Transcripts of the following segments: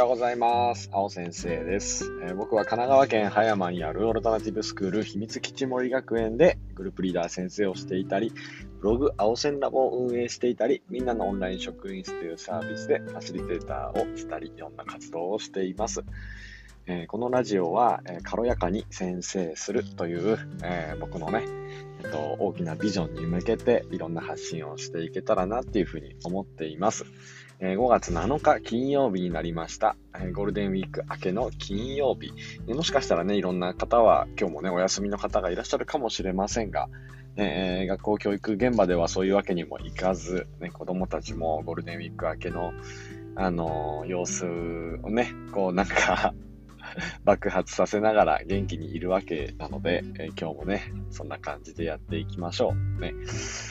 うございます。青先生です。僕は神奈川県葉山にあるオルタナティブスクール秘密基地森学園でグループリーダー先生をしていたり、ブログ青線ラボを運営していたり、みんなのオンライン職員室というサービスでファシリテーターをしたり、いろんな活動をしています。このラジオは、軽やかに先生するという、僕のね、大きなビジョンに向けていろんな発信をしていけたらなっていうふうに思っています。5月7日金曜日になりました。ゴールデンウィーク明けの金曜日。もしかしたらね、いろんな方は今日もね、お休みの方がいらっしゃるかもしれませんが、学校教育現場ではそういうわけにもいかず、子供たちもゴールデンウィーク明けの、様子をね、爆発させながら元気にいるわけなので、今日もね、そんな感じでやっていきましょう。ね。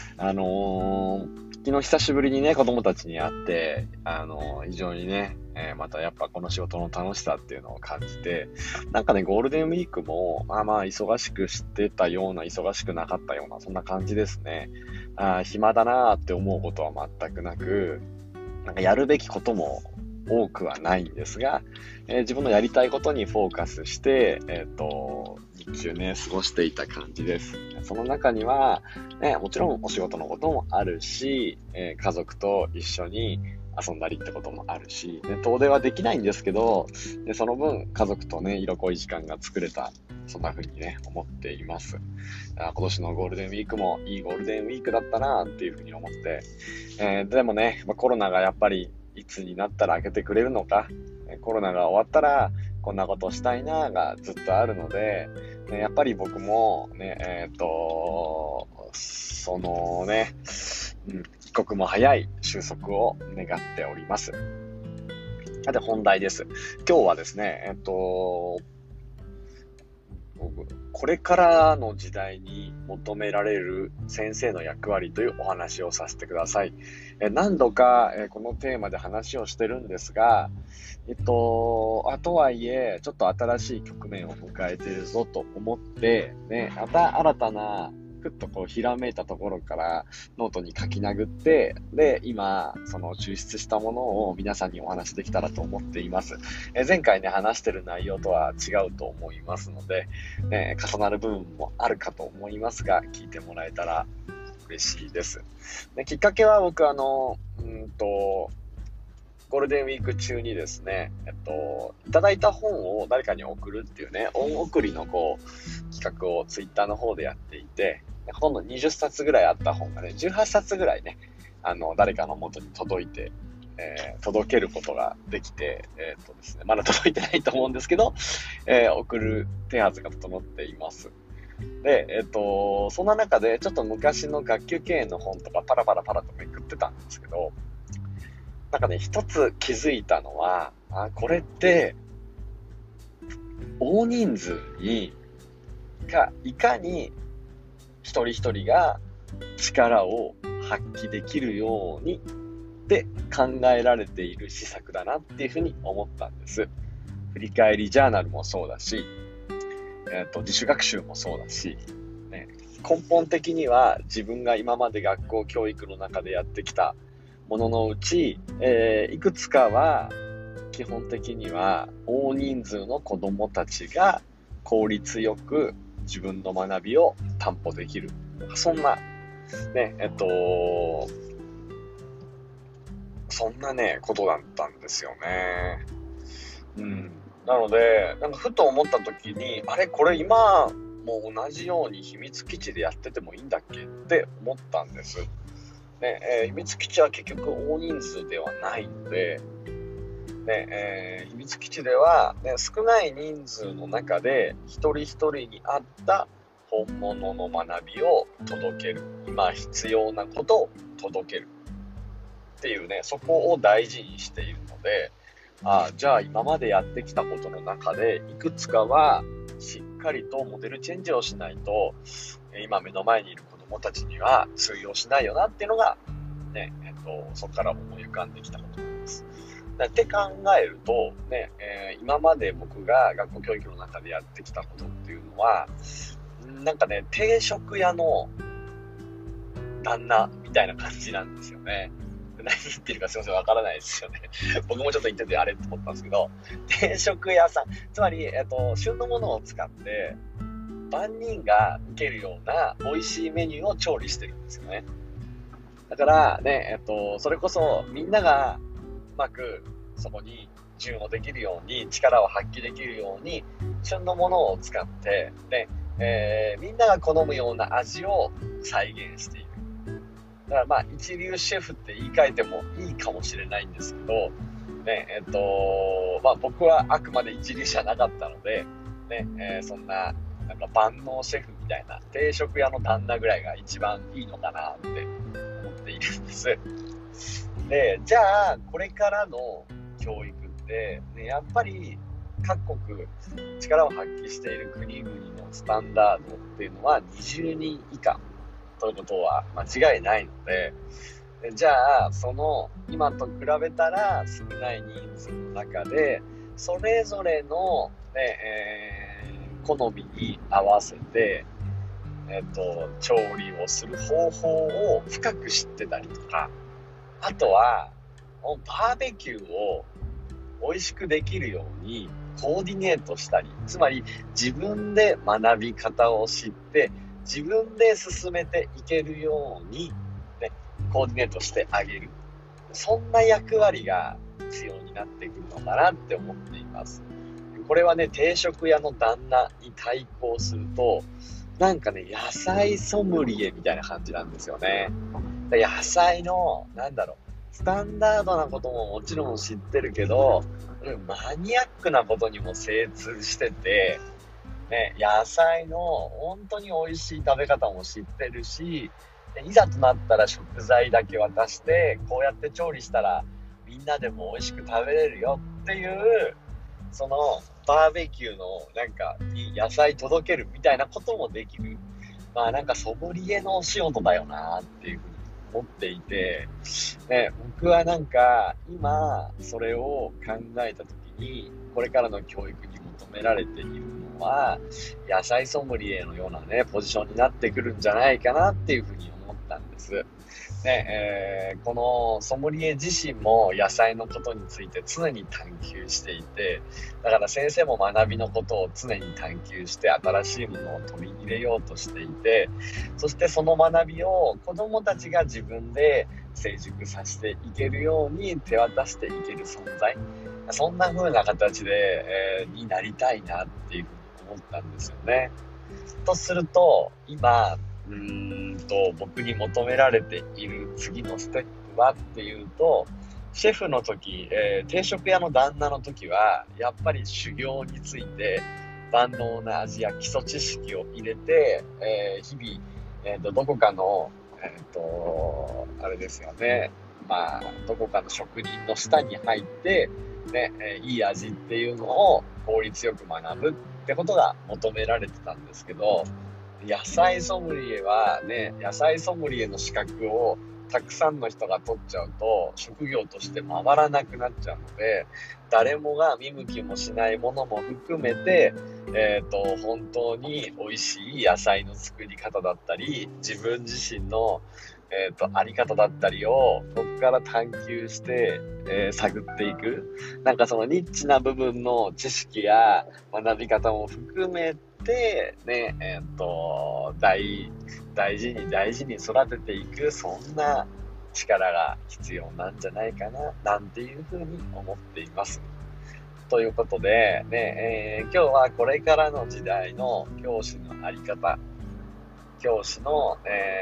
昨日久しぶりにね、子供たちに会って、非常にね、またやっぱこの仕事の楽しさっていうのを感じて、ゴールデンウィークも、忙しくしてたような、忙しくなかったような、そんな感じですね。暇だなーって思うことは全くなく、やるべきことも多くはないんですが、自分のやりたいことにフォーカスして、日中ね、過ごしていた感じです。その中には、もちろんお仕事のこともあるし、家族と一緒に遊んだりってこともあるし、遠出はできないんですけど、その分家族とね、色濃い時間が作れた、そんな風にね、思っています。今年のゴールデンウィークもいいゴールデンウィークだったなっていう風に思って、でもね、コロナがやっぱりいつになったら開けてくれるのか、コロナが終わったらこんなことしたいながずっとあるので、やっぱり僕もね、そのね、一刻も早い収束を願っております。で、本題です。今日はですね、これからの時代に求められる先生の役割というお話をさせてください。何度かこのテーマで話をしてるんですが、とはいえ、ちょっと新しい局面を迎えているぞと思って、また新たなふっとひらめいたところからノートに書き殴って、で、今、その抽出したものを皆さんにお話できたらと思っています。前回ね、話してる内容とは違うと思いますので、重なる部分もあるかと思いますが、聞いてもらえたら嬉しいです。きっかけは僕、ゴールデンウィーク中にですね、いただいた本を誰かに送るっていうね、恩送りの企画をツイッターの方でやっていて、ほとんど20冊ぐらいあった本がね、18冊ぐらいね、誰かの元に届いて、届けることができて、ですね、まだ届いてないと思うんですけど、送る手はずが整っています。で、そんな中でちょっと昔の学級経営の本とかパラパラとめくってたんですけど、一つ気づいたのは、これって大人数がいかに一人一人が力を発揮できるようにって考えられている施策だなっていうふうに思ったんです。振り返りジャーナルもそうだし、自主学習もそうだし、根本的には自分が今まで学校教育の中でやってきたもののうち、いくつかは基本的には大人数の子どもたちが効率よく自分の学びを担保できる、そんなそんなねことだったんですよね。なのでふと思った時に、これ今も同じように秘密基地でやっててもいいんだっけって思ったんです。秘密基地は結局大人数ではないので、秘密基地では、少ない人数の中で一人一人に合った本物の学びを届ける、今必要なことを届けるっていうね、そこを大事にしているので、じゃあ今までやってきたことの中でいくつかはしっかりとモデルチェンジをしないと、今目の前にいる子どもたちには通用しないよなっていうのが、そこから思い浮かんできたことなんです。って考えると、今まで僕が学校教育の中でやってきたことっていうのは、定食屋の旦那みたいな感じなんですよね。 何言ってるかすいません、わからないですよね。僕もちょっと言っててあれと思ったんですけど、定食屋さん、つまり、旬のものを使って、万人が受けるような美味しいメニューを調理してるんですよね。だからね、それこそみんながうまくそこに順応できるように、力を発揮できるように、旬のものを使って、ね、みんなが好むような味を再現している。だからまあ一流シェフって言い換えてもいいかもしれないんですけど、ね、まあ僕はあくまで一流じゃなかったので、ね、そんな、なんか万能シェフみたいな定食屋の旦那ぐらいが一番いいのかなって思っているんです。で、じゃあこれからの教育って、ね、やっぱり各国力を発揮している国々のスタンダードっていうのは20人以下ということは間違いないので、じゃあその今と比べたら少ない人数の中でそれぞれの、好みに合わせて、調理をする方法を深く知ってたりとか、あとはバーベキューを美味しくできるようにコーディネートしたり、つまり自分で学び方を知って自分で進めていけるように、ね、コーディネートしてあげる、そんな役割が必要になってくるのかなって思っています。これはね、定食屋の旦那に対抗すると、なんかね、野菜ソムリエみたいな感じなんですよね。野菜の、スタンダードなことももちろん知ってるけど、マニアックなことにも精通してて、ね、野菜の本当に美味しい食べ方も知ってるし、いざとなったら食材だけ渡して、こうやって調理したらみんなでも美味しく食べれるよっていう、そのバーベキューのに野菜届けるみたいなこともできる。まあソムリエのお仕事だよなっていうふうに思っていて、ね、僕は今それを考えたときに、これからの教育に求められているのは野菜ソムリエのようなねポジションになってくるんじゃないかなっていうふうに思ったんです。ね、このソムリエ自身も野菜のことについて常に探求していて、だから先生も学びのことを常に探求して新しいものを取り入れようとしていて、そしてその学びを子どもたちが自分で成熟させていけるように手渡していける存在、そんな風な形で、になりたいなっていうふうに思ったんですよね。とすると今僕に求められている次のステップはっていうと、シェフの時、定食屋の旦那の時はやっぱり修行について万能な味や基礎知識を入れて、日々、どこかの、あれですよね、どこかの職人の下に入って、ね、いい味っていうのを効率よく学ぶってことが求められてたんですけど、野菜ソムリエはね、野菜ソムリエの資格をたくさんの人が取っちゃうと職業として回らなくなっちゃうので、誰もが見向きもしないものも含めて、本当に美味しい野菜の作り方だったり、自分自身のあり方だったりをここから探求して、探っていく、そのニッチな部分の知識や学び方も含めてね、大事に育てていく、そんな力が必要なんじゃないかななんていうふうに思っています。ということでね、今日はこれからの時代の教師のあり方、教師の、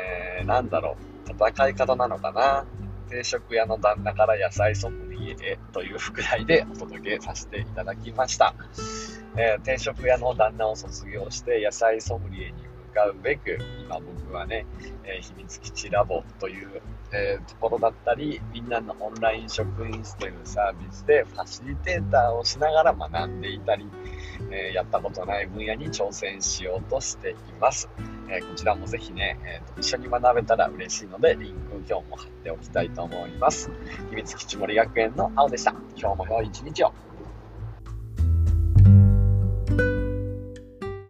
戦い方なのかな、定食屋の旦那から野菜ソムリエへという副題でお届けさせていただきました。定食屋の旦那を卒業して野菜ソムリエに向かうべく、今僕はね、秘密基地ラボという、ところだったり、みんなのオンライン職員室というサービスでファシリテーターをしながら学んでいたり、やったことない分野に挑戦しようとしています。こちらもぜひね、一緒に学べたら嬉しいので、リンク今日も貼っておきたいと思います。秘密基地森学園の青でした。今日も良い一日を。